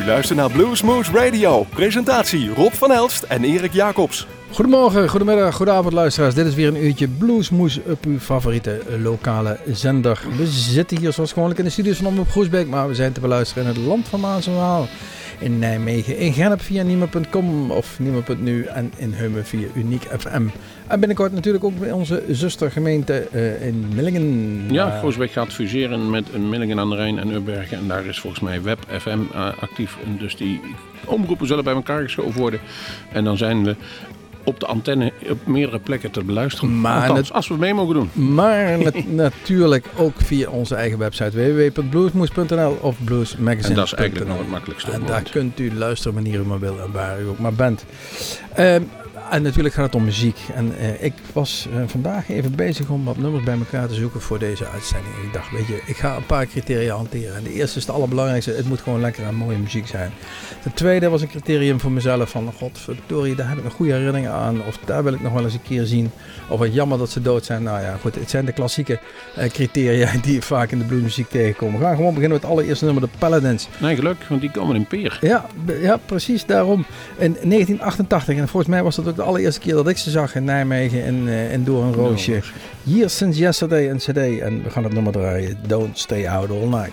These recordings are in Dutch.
luistert naar Bluesmoose Radio. Presentatie Rob van Elst en Erik Jacobs. Goedemorgen, goedemiddag, goedenavond luisteraars. Dit is weer een uurtje Bluesmoose op uw favoriete lokale zender. We zitten hier zoals gewoonlijk in de studios van Omroep Groesbeek, maar we zijn te beluisteren in het land van Maas en Waal. In Nijmegen, in Gennep via Niemen.com of Niemen.nu en in Heumen via Uniek FM. En binnenkort natuurlijk ook bij onze zustergemeente in Millingen. Ja, Groesbeek gaat fuseren met Millingen aan de Rijn en Ubbergen. En daar is volgens mij Web FM actief. En dus die omroepen zullen bij elkaar geschoven worden. En dan zijn we op de antenne op meerdere plekken te beluisteren. Maar althans, als we mee mogen doen. Maar natuurlijk ook via onze eigen website www.bluesmoose.nl of bluesmagazine.nl. En dat is eigenlijk nog het makkelijkste. En daar kunt u luisteren wanneer u maar wil en waar u ook maar bent. En natuurlijk gaat het om muziek. En ik was vandaag even bezig om wat nummers bij elkaar te zoeken voor deze uitzending. En ik dacht, weet je, ik ga een paar criteria hanteren. En de eerste is het allerbelangrijkste. Het moet gewoon lekker en mooie muziek zijn. De tweede was een criterium voor mezelf van, godverdorie, daar heb ik nog goede herinneringen aan. Of daar wil ik nog wel eens een keer zien. Of wat jammer dat ze dood zijn. Nou ja, goed, het zijn de klassieke criteria die je vaak in de bluesmuziek tegenkomt. We gaan gewoon beginnen met het allereerste nummer, de Paladins. Nee, geluk, want die komen in Peer. Ja, precies daarom. In 1988, en volgens mij was dat ook de allereerste keer dat ik ze zag in Nijmegen en door een roosje. Years Since Yesterday en CD. En we gaan het nummer draaien. Don't Stay Out All Night.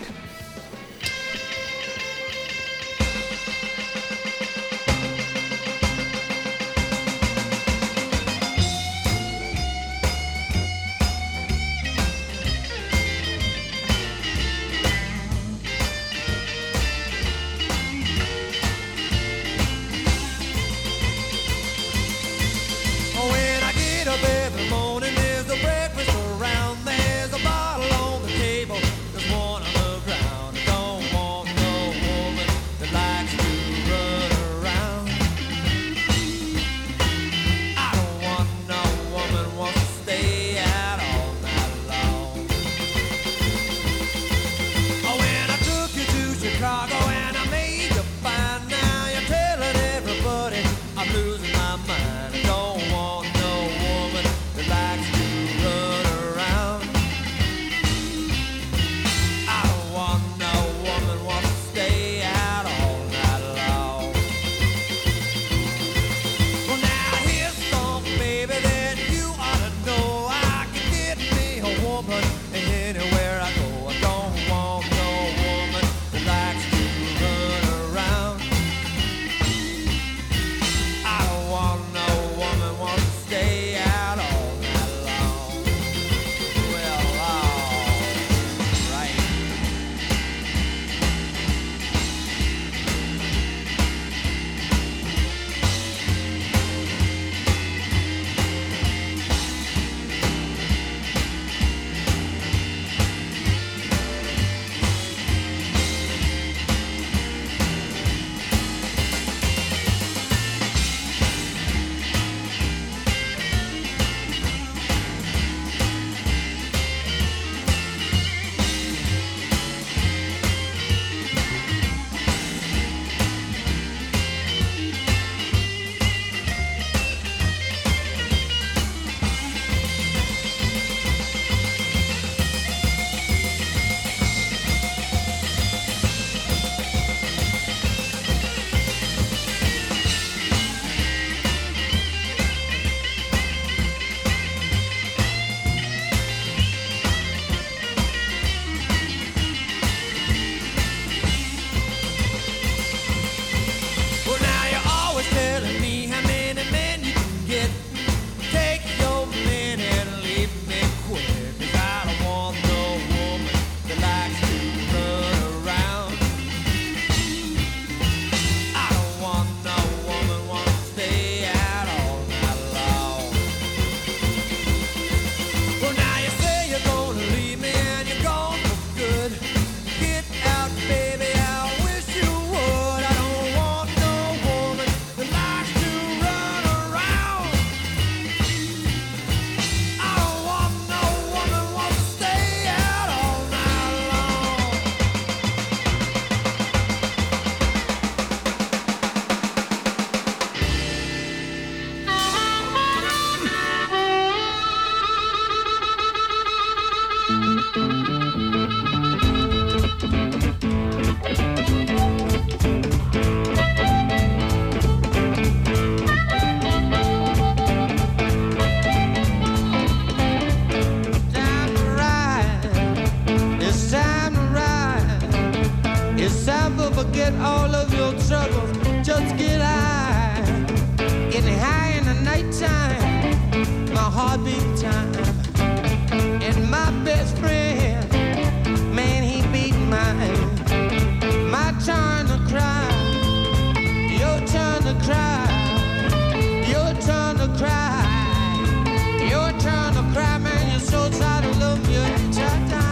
forget all of your troubles. Just get high. Getting high in the nighttime. My heart beat time. And my best friend, man, he beat mine. My turn to cry. Your turn to cry. Your turn to cry. Your turn to cry, man. You're so tired of love. You're tired time.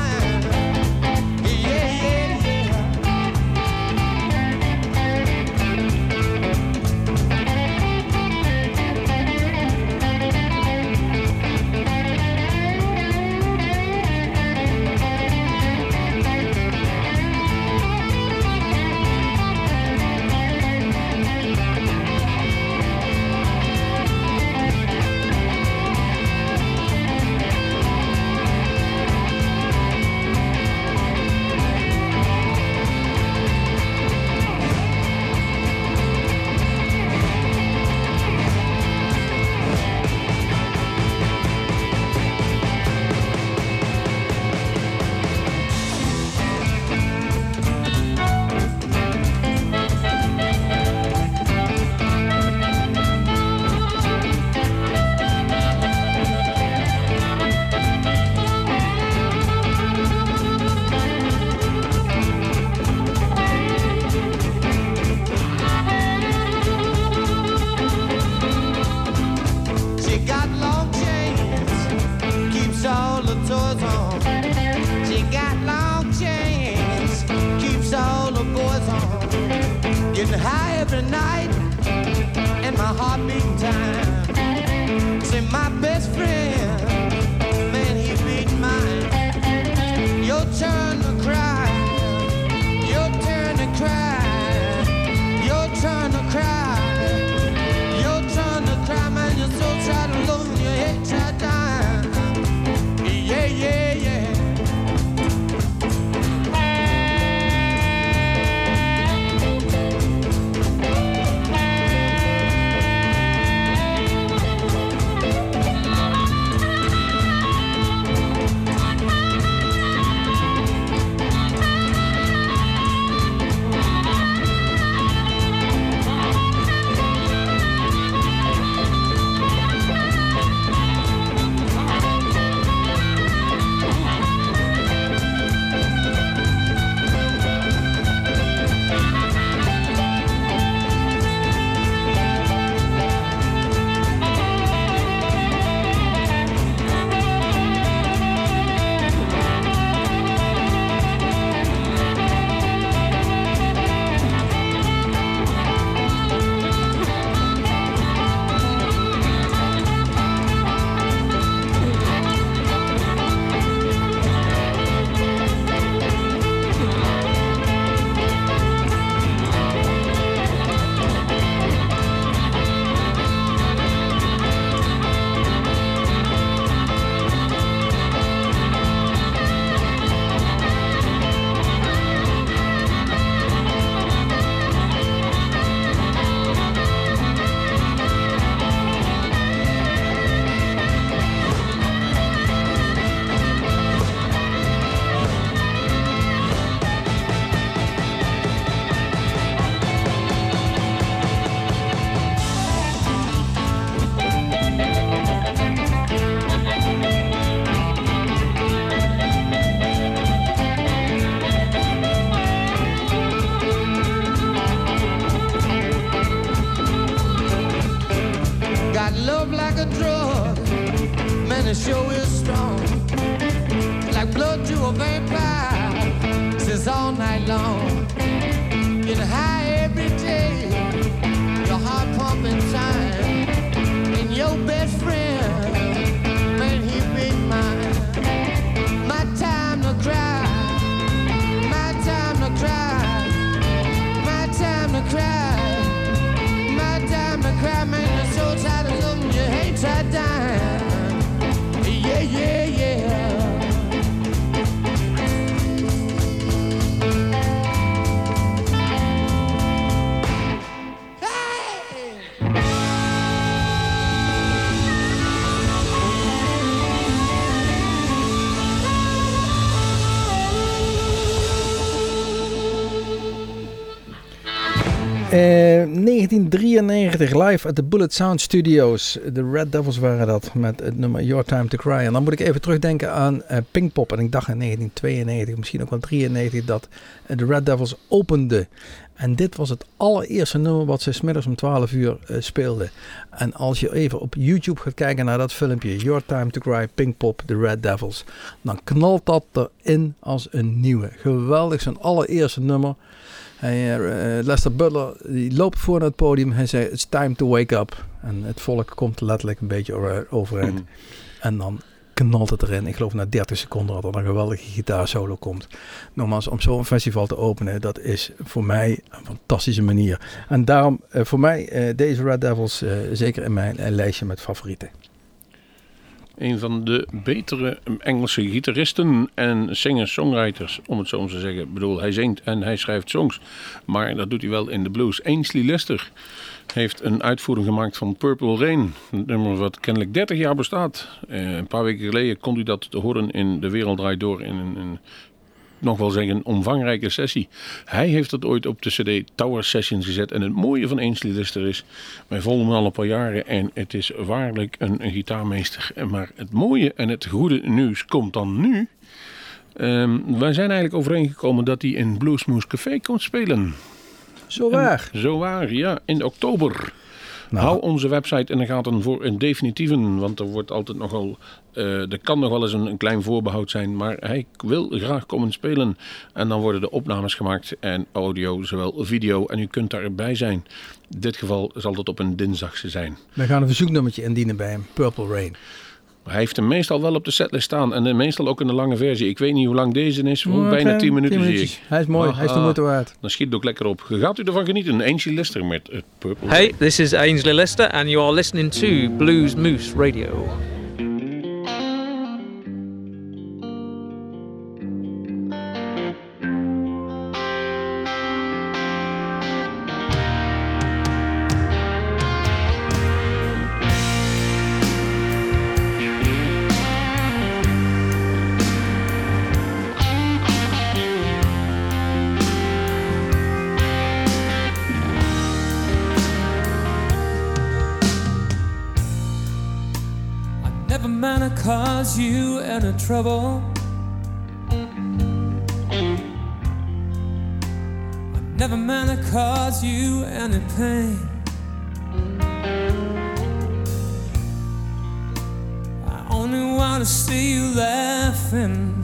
Getting high every night and my heart beating time. Say my best friend, man, he beat mine. Your turn to cry. Your turn to cry. Your turn to cry. Your turn to cry, man. You're so tired of losing your head, tired time. Yeah, yeah, yeah. It sure is strong, like blood to a vampire, says all night long. Getting high every day, your heart pumping time, and your best friend, man, he beat mine. My time to cry, my time to cry, my time to cry, my time to cry, man, you're so tired of looking, you hate to die. Yeah, yeah, yeah. 1993 live at the Bullet Sound Studios. De Red Devils waren dat met het nummer Your Time to Cry. En dan moet ik even terugdenken aan Pinkpop. En ik dacht in 1992, misschien ook wel 93, dat de Red Devils openden. En dit was het allereerste nummer wat ze 's middags om 12 uur speelden. En als je even op YouTube gaat kijken naar dat filmpje, Your Time to Cry, Pinkpop, The Red Devils, dan knalt dat erin als een nieuwe. Geweldig, zijn allereerste nummer. Lester Butler die loopt voor naar het podium. Hij zei, it's time to wake up. En het volk komt letterlijk een beetje overeind. En dan knalt het erin. Ik geloof na 30 seconden dat er een geweldige gitaarsolo komt. Nogmaals, om zo'n festival te openen, dat is voor mij een fantastische manier. En daarom voor mij deze Red Devils zeker in mijn lijstje met favorieten. Een van de betere Engelse gitaristen en singer-songwriters, om het zo maar te zeggen. Ik bedoel, hij zingt en hij schrijft songs, maar dat doet hij wel in de blues. Ainsley Lester heeft een uitvoering gemaakt van Purple Rain, een nummer wat kennelijk 30 jaar bestaat. Een paar weken geleden kon hij dat te horen in De Wereld Draait Door in een nog wel zeggen omvangrijke sessie. Hij heeft het ooit op de CD Tower Sessions gezet. En het mooie van Ainsley Lester is, wij volgen hem al een paar jaren en het is waarlijk een gitaarmeester. Maar het mooie en het goede nieuws komt dan nu. Wij zijn eigenlijk overeengekomen dat hij in Bluesmoose Café komt spelen. Zo waar? Zo waar, ja. In oktober. Nou. Hou onze website in de gaten voor een definitieven, want er wordt altijd nogal, er kan nog wel eens een klein voorbehoud zijn, maar hij wil graag komen spelen. En dan worden de opnames gemaakt en audio, zowel video, en u kunt daarbij zijn. In dit geval zal dat op een dinsdagse zijn. We gaan een verzoeknummertje indienen bij hem, Purple Rain. Hij heeft hem meestal wel op de setlist staan en meestal ook in de lange versie. Ik weet niet hoe lang deze is, bijna 10 minuten zie ik. Hij is mooi, hij is de moeite waard. Dan schiet het ook lekker op. Gaat u ervan genieten? Ainsley Lester met het Purple Rain. Hey, this is Ainsley Lester and you are listening to Blues Moose Radio. Cause you any trouble. I never meant to cause you any pain. I only want to see you laughing,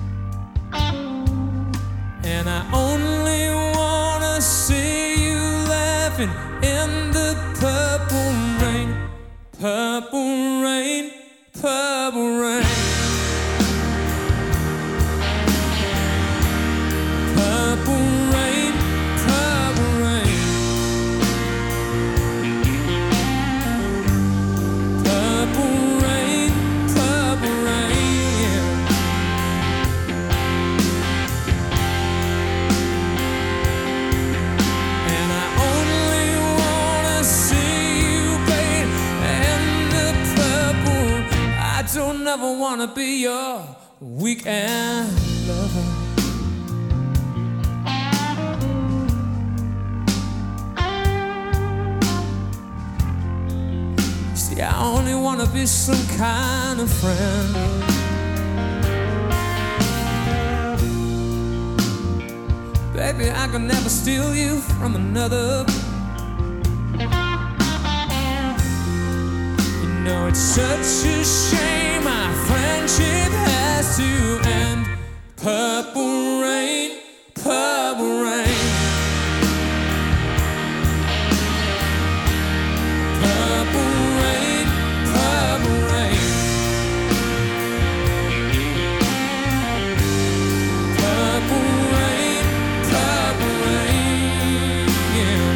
and I only want to see you laughing in the purple rain, purple rain. Purple rain, purple rain, purple rain, purple rain, purple rain. And I only wanna see you, babe, in the purple. I don't ever wanna be your weekend lover. See, I only wanna be some kind of friend. Baby, I can never steal you from another. No, it's such a shame our friendship has to end. Purple rain, purple rain. Purple rain, purple rain. Purple rain, purple rain, yeah.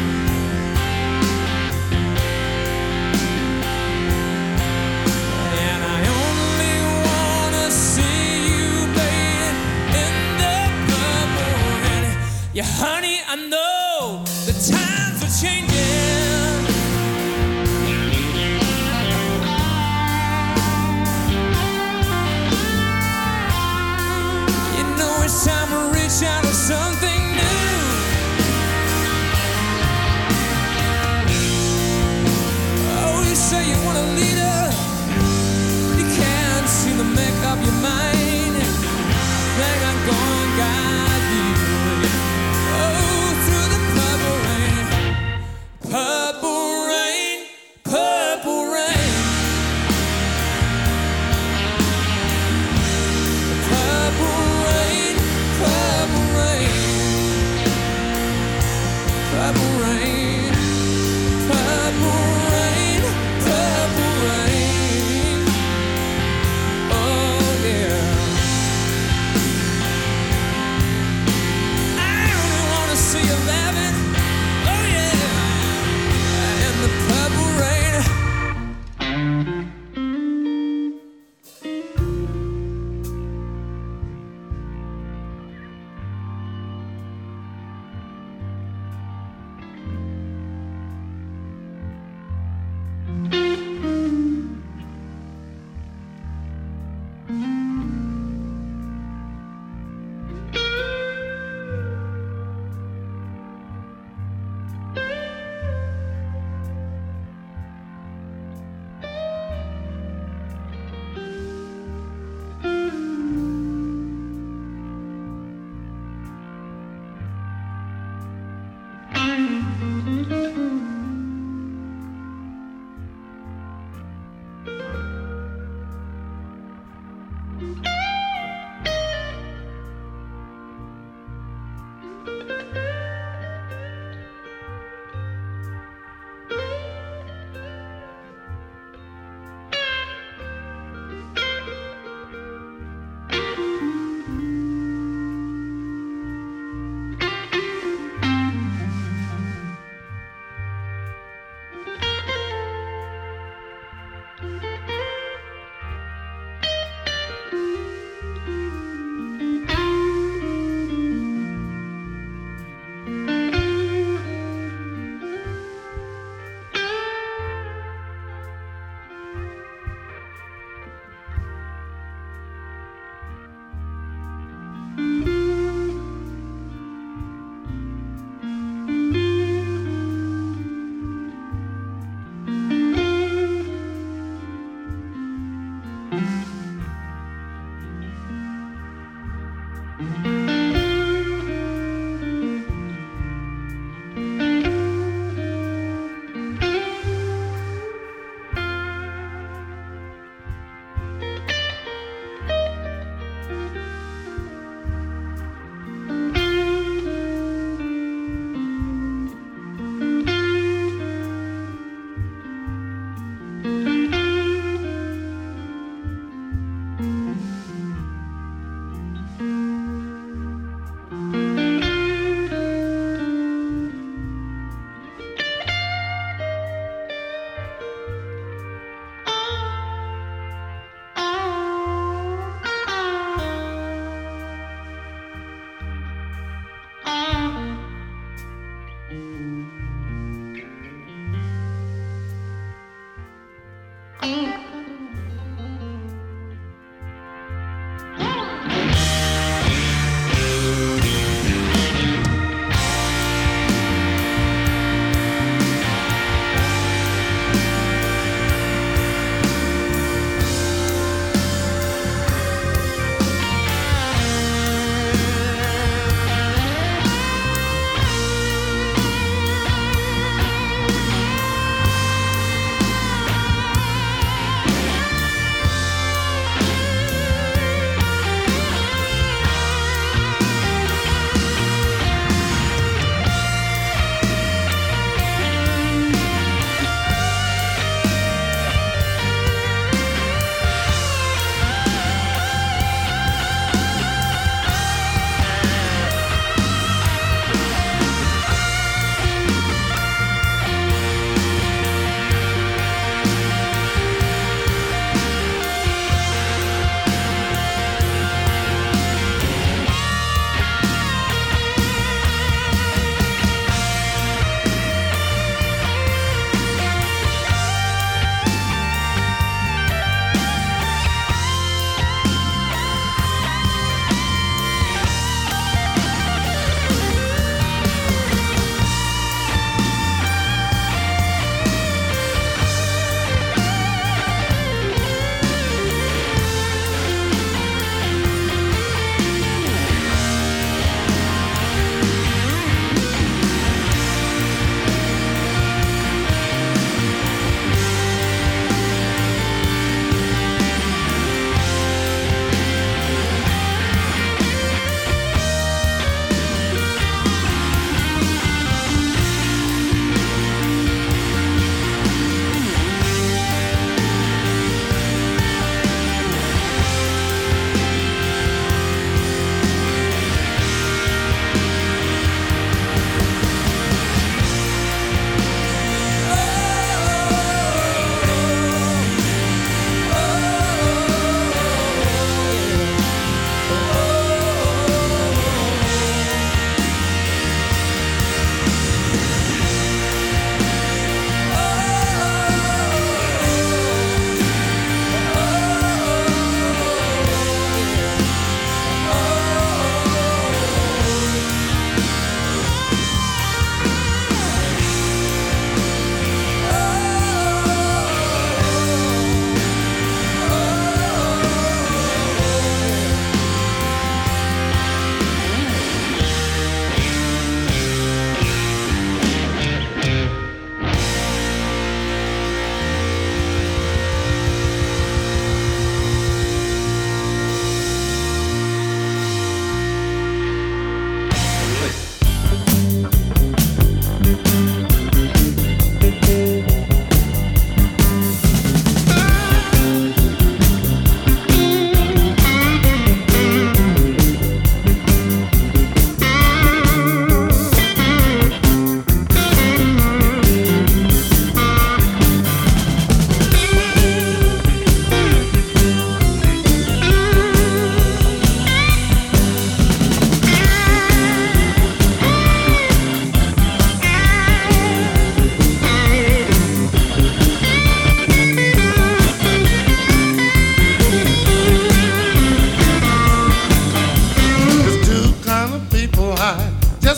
Yeah, honey, I know the times are changing. You know it's time to reach out to something new.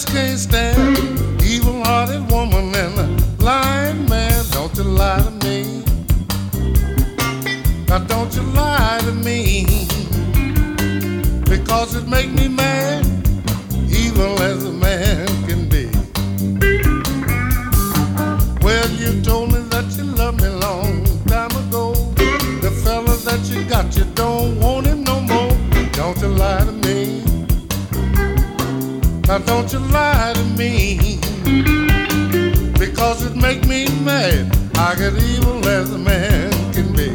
just can't stand evil-hearted woman and a lying man. Don't you lie to me. Now don't you lie to me, because it make me mad, evil as a man can be. Well, you told me that you loved me long time ago. The fella that you got, you don't want him no more. Don't you lie to me. Now don't you lie to me, because it make me mad. I get evil as a man can be.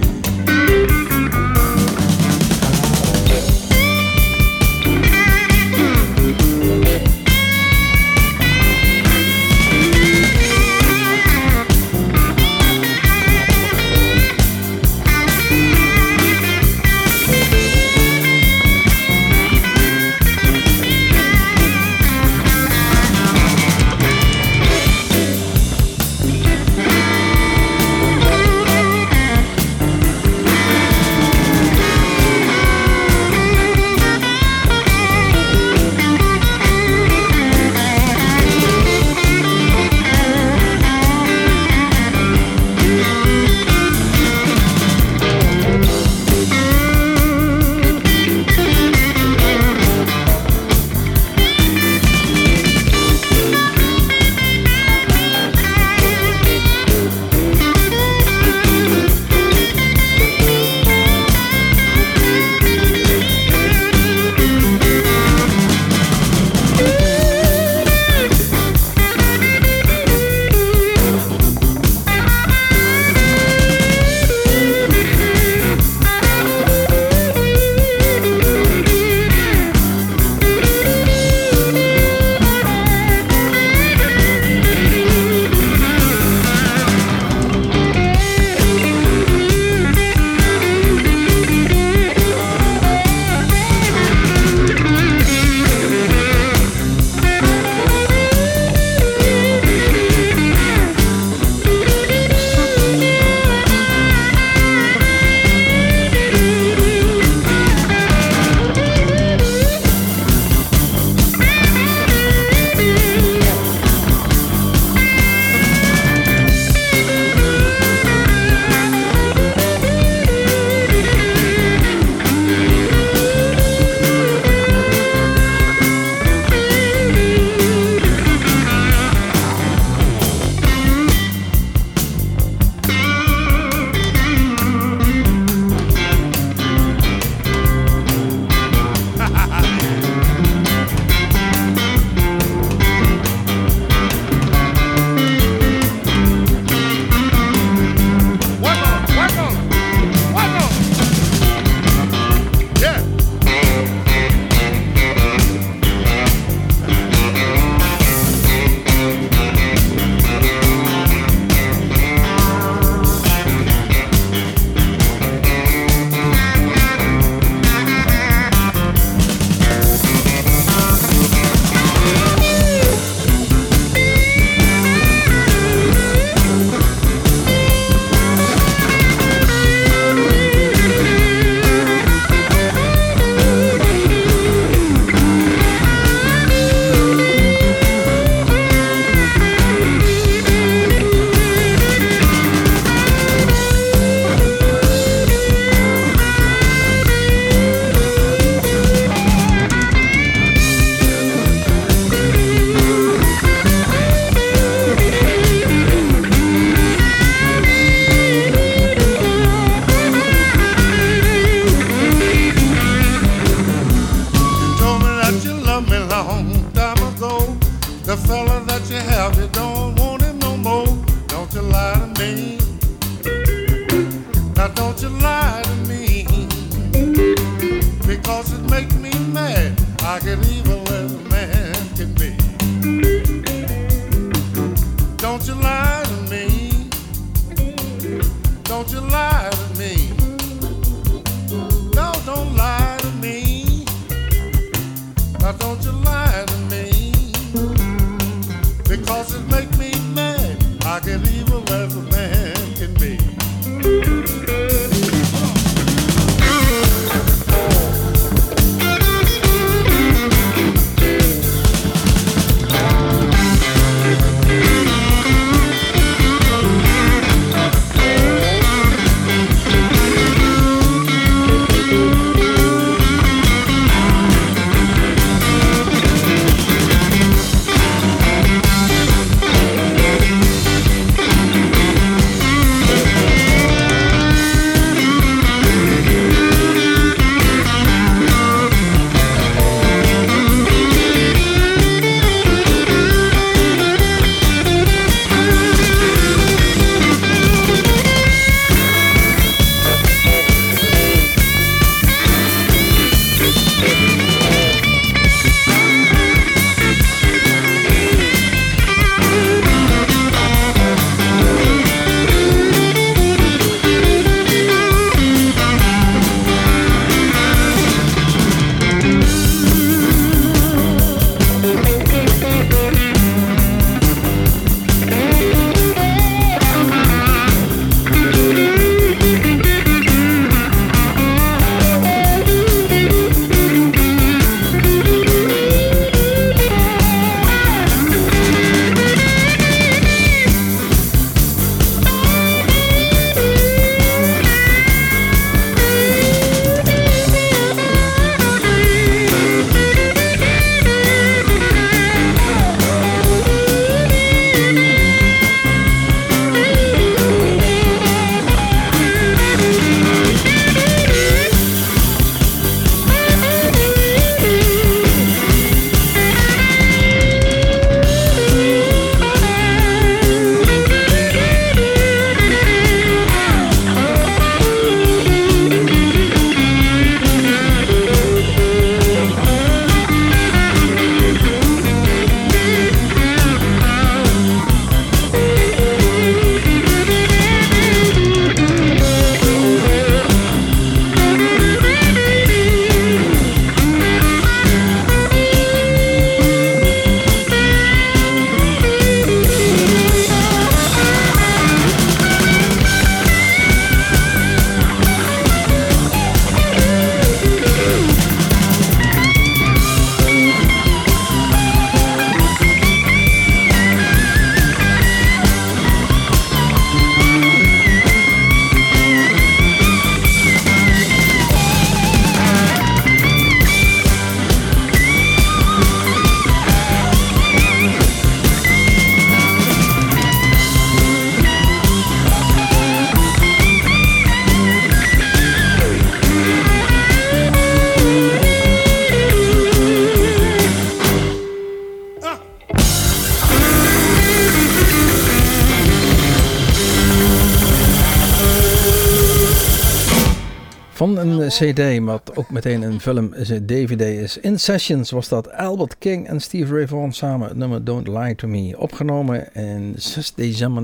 een cd, wat ook meteen een film, een DVD is. In Sessions was dat Albert King en Stevie Ray Vaughan samen het nummer Don't Lie To Me. Opgenomen in 6 december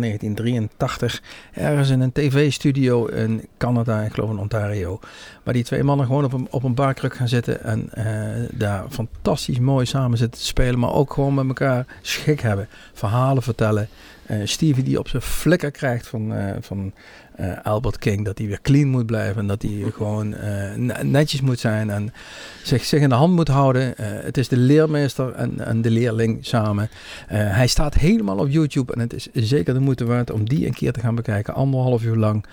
1983, ergens in een tv-studio in Canada, ik geloof in Ontario. Waar die twee mannen gewoon op een barkruk gaan zitten en daar fantastisch mooi samen zitten te spelen. Maar ook gewoon met elkaar schik hebben, verhalen vertellen. Stevie die op zijn flikker krijgt van Albert King, dat hij weer clean moet blijven en dat hij gewoon netjes moet zijn en zich in de hand moet houden. Het is de leermeester en de leerling samen. Hij staat helemaal op YouTube en het is zeker de moeite waard om die een keer te gaan bekijken. 1,5 uur lang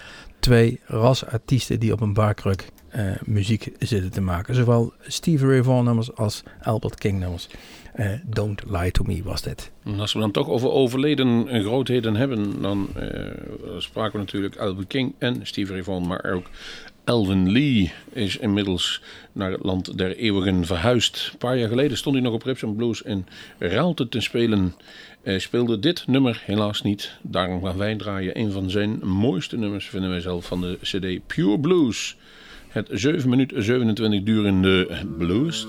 2 rasartiesten die op een barkruk muziek zitten te maken. Zowel Stevie Ray Vaughan nummers als Albert King nummers. Don't Lie To Me was dit. En als we dan toch over overleden grootheden hebben, dan spraken we natuurlijk Albert King en Stevie Ray Vaughan, maar ook Alvin Lee is inmiddels naar het land der eeuwigen verhuisd. Een paar jaar geleden stond hij nog op Rhythm Blues in Raalte te spelen. Speelde dit nummer helaas niet. Daarom gaan wij draaien. Een van zijn mooiste nummers vinden wij zelf van de CD Pure Blues. Het 7 minuten 27 durende Blues.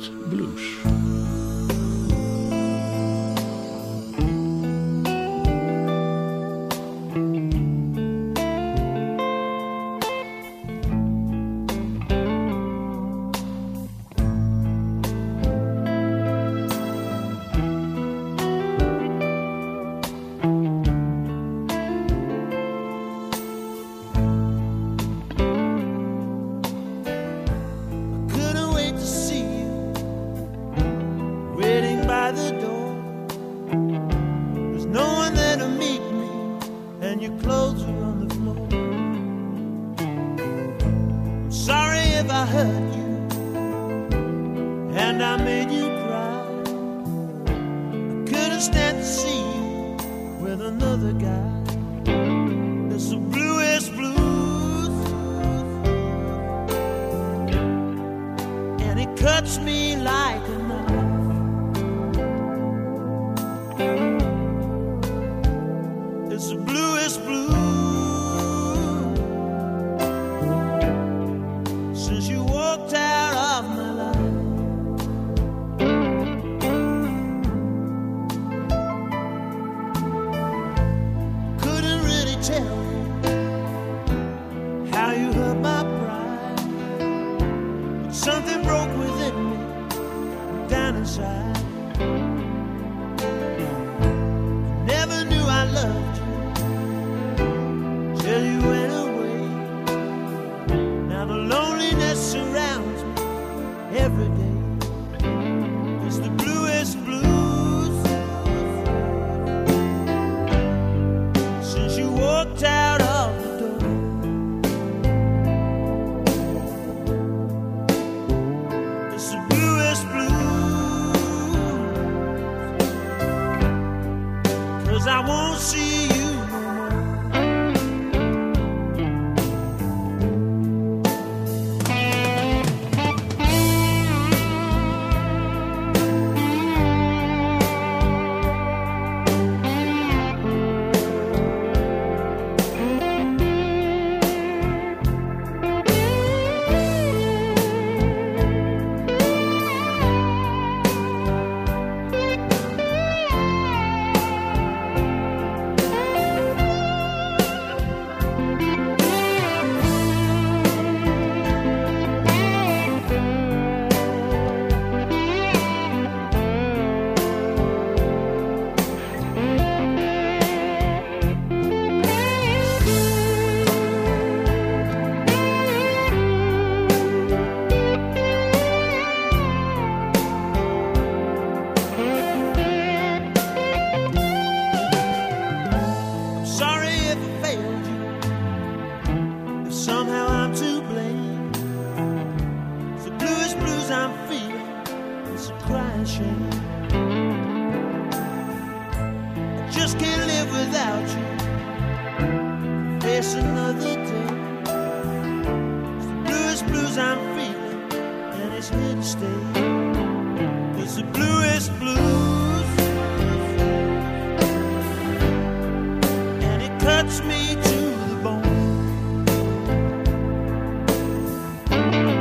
Cuts me to the bone.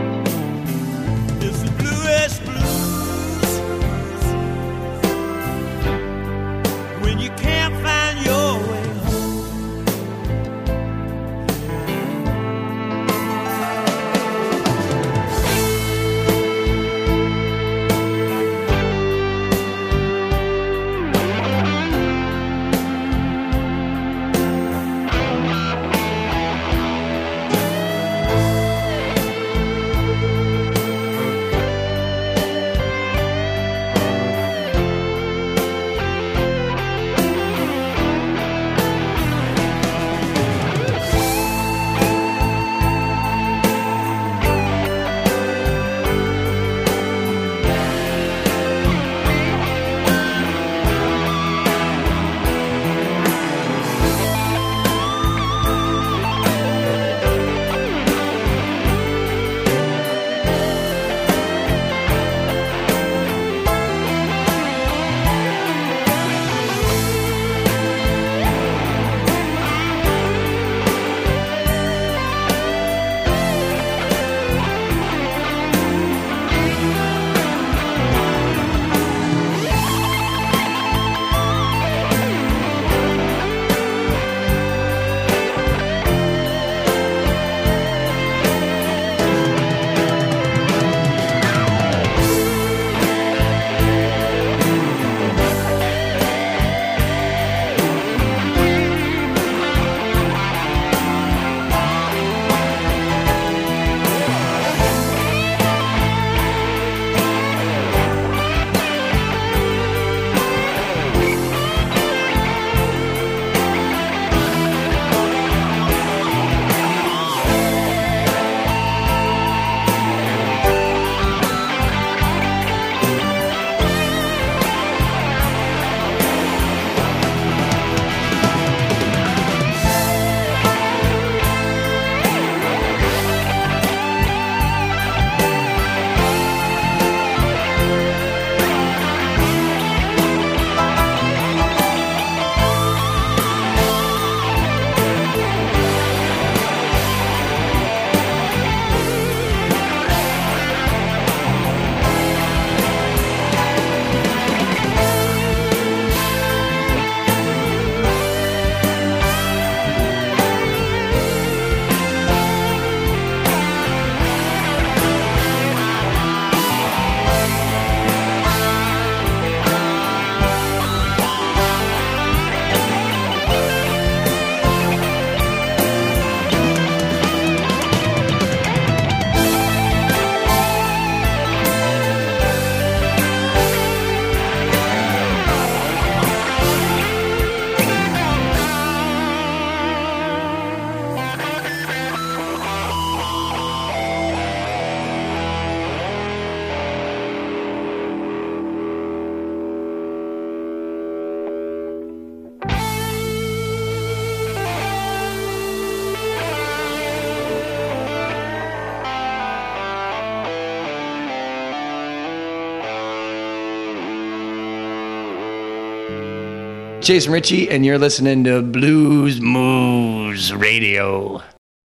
Jason Ritchie, and you're listening to Blues Moose Radio.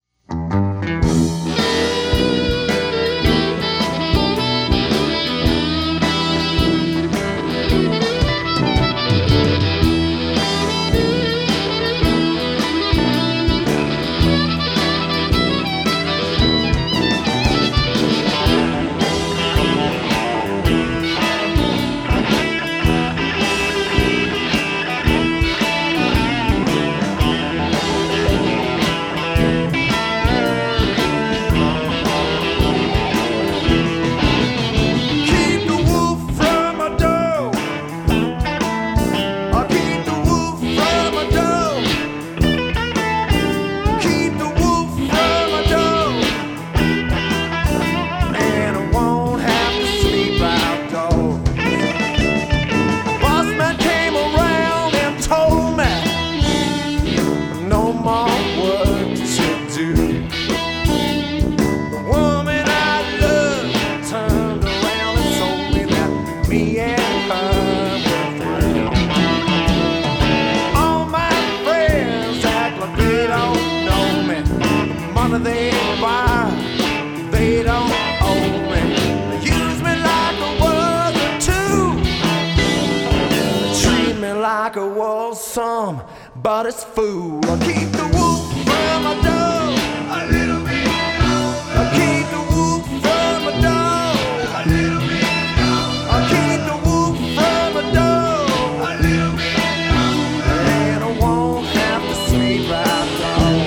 But it's fool. I keep the wolf from my dove a little bit longer. I keep the wolf from my dove a little bit longer. I keep the wolf from my dove a little bit longer. And I won't have to sleep outdoors.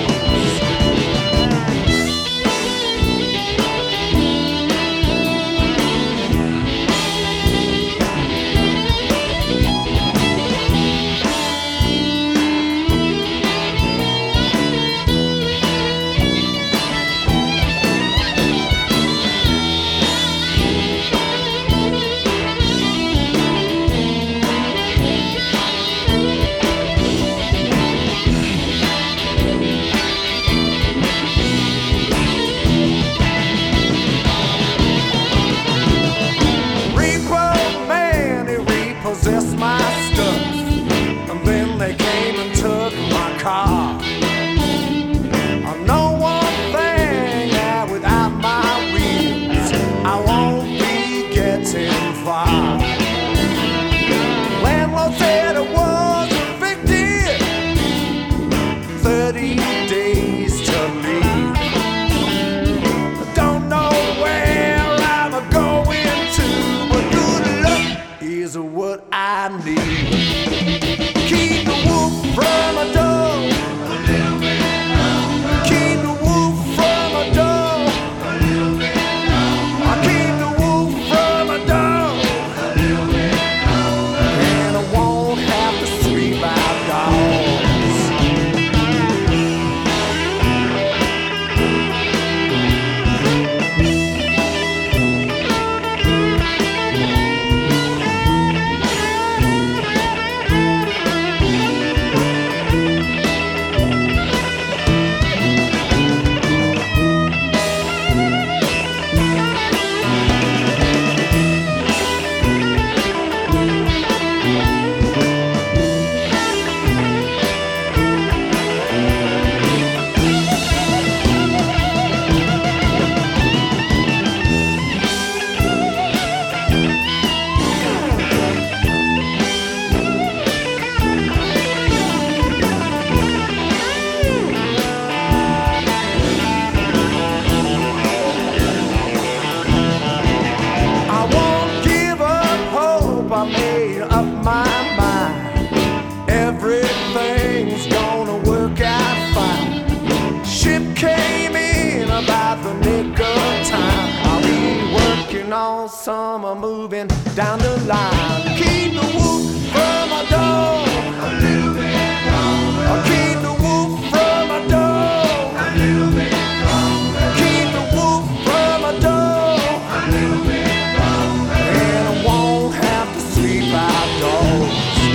Summer moving down the line. Keep the wolf from my door a little bit longer. Keep the wolf from my door a little bit longer. Keep the wolf from my door a little bit longer. And I won't have to sleep outdoors.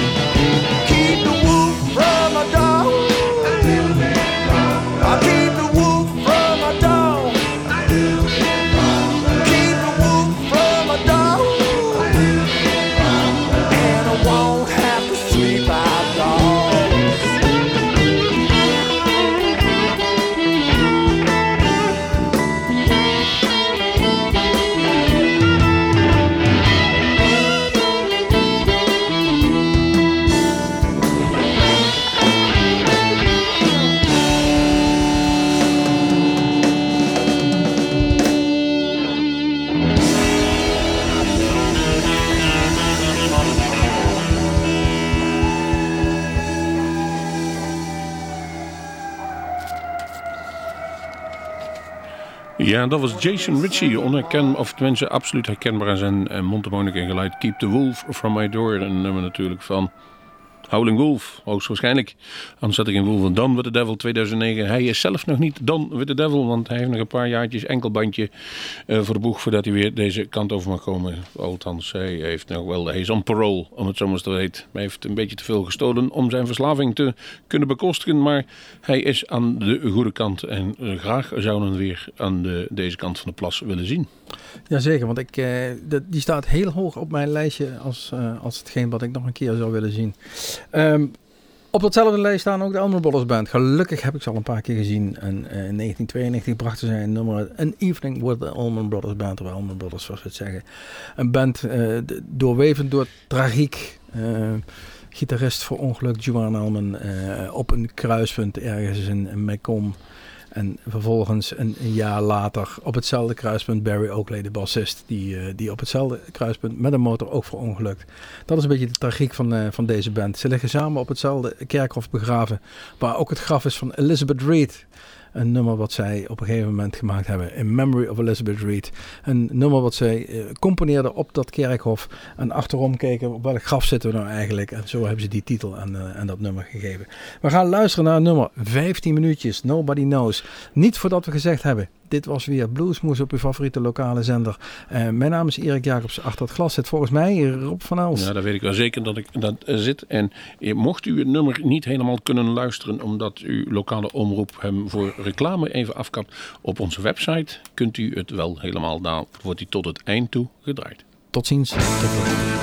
Keep the wolf from my door a little bit longer. I'll keep the wolf from my door a little bit longer. Keep the wolf from my door a little bit longer. And I won't have to sleep outdoors. Ja, dat was Jason Ritchie, of tenminste absoluut herkenbaar aan zijn mondharmonica geluid. Keep the Wolf from My Door, een nummer natuurlijk van Howling Wolf, hoogstwaarschijnlijk. Anders zat ik in Wolf Done with the Devil 2009. Hij is zelf nog niet done with the devil, want hij heeft nog een paar jaartjes enkelbandje voor de boeg voordat hij weer deze kant over mag komen. Althans, hij is on parole, om het zo maar te weten. Hij heeft een beetje te veel gestolen om zijn verslaving te kunnen bekostigen, maar hij is aan de goede kant en graag zouden we hem weer aan deze kant van de plas willen zien. Jazeker, want die staat heel hoog op mijn lijstje als hetgeen wat ik nog een keer zou willen zien. Op datzelfde lijst staan ook de Allman Brothers Band. Gelukkig heb ik ze al een paar keer gezien. En in 1992 brachten zij een nummer An Evening with the Allman Brothers Band. Of Allman Brothers, zoals we het zeggen. Een band doorwevend door tragiek. Gitarist verongelukt Duane Allman op een kruispunt ergens in Macomb. En vervolgens een jaar later op hetzelfde kruispunt Barry Oakley, de bassist, die op hetzelfde kruispunt met een motor ook verongelukt. Dat is een beetje de tragiek van deze band. Ze liggen samen op hetzelfde kerkhof begraven, waar ook het graf is van Elizabeth Reed. Een nummer wat zij op een gegeven moment gemaakt hebben. In Memory of Elizabeth Reed. Een nummer wat zij componeerden op dat kerkhof. En achterom keken op welk graf zitten we nou eigenlijk. En zo hebben ze die titel aan dat nummer gegeven. We gaan luisteren naar nummer 15 minuutjes. Nobody Knows. Niet voordat we gezegd hebben. Dit was weer Bluesmoes op uw favoriete lokale zender. Mijn naam is Erik Jacobs. Achter het glas zit volgens mij Rob van Els. Ja, dat weet ik wel zeker dat ik dat zit. En mocht u het nummer niet helemaal kunnen luisteren, omdat uw lokale omroep hem voor reclame even afkapt, op onze website kunt u het wel helemaal, daar wordt hij tot het eind toe gedraaid. Tot ziens. Tot volgende.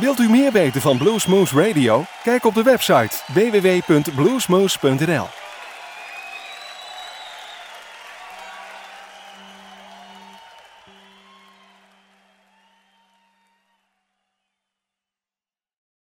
Wilt u meer weten van Bluesmoose Radio? Kijk op de website www.bluesmoose.nl.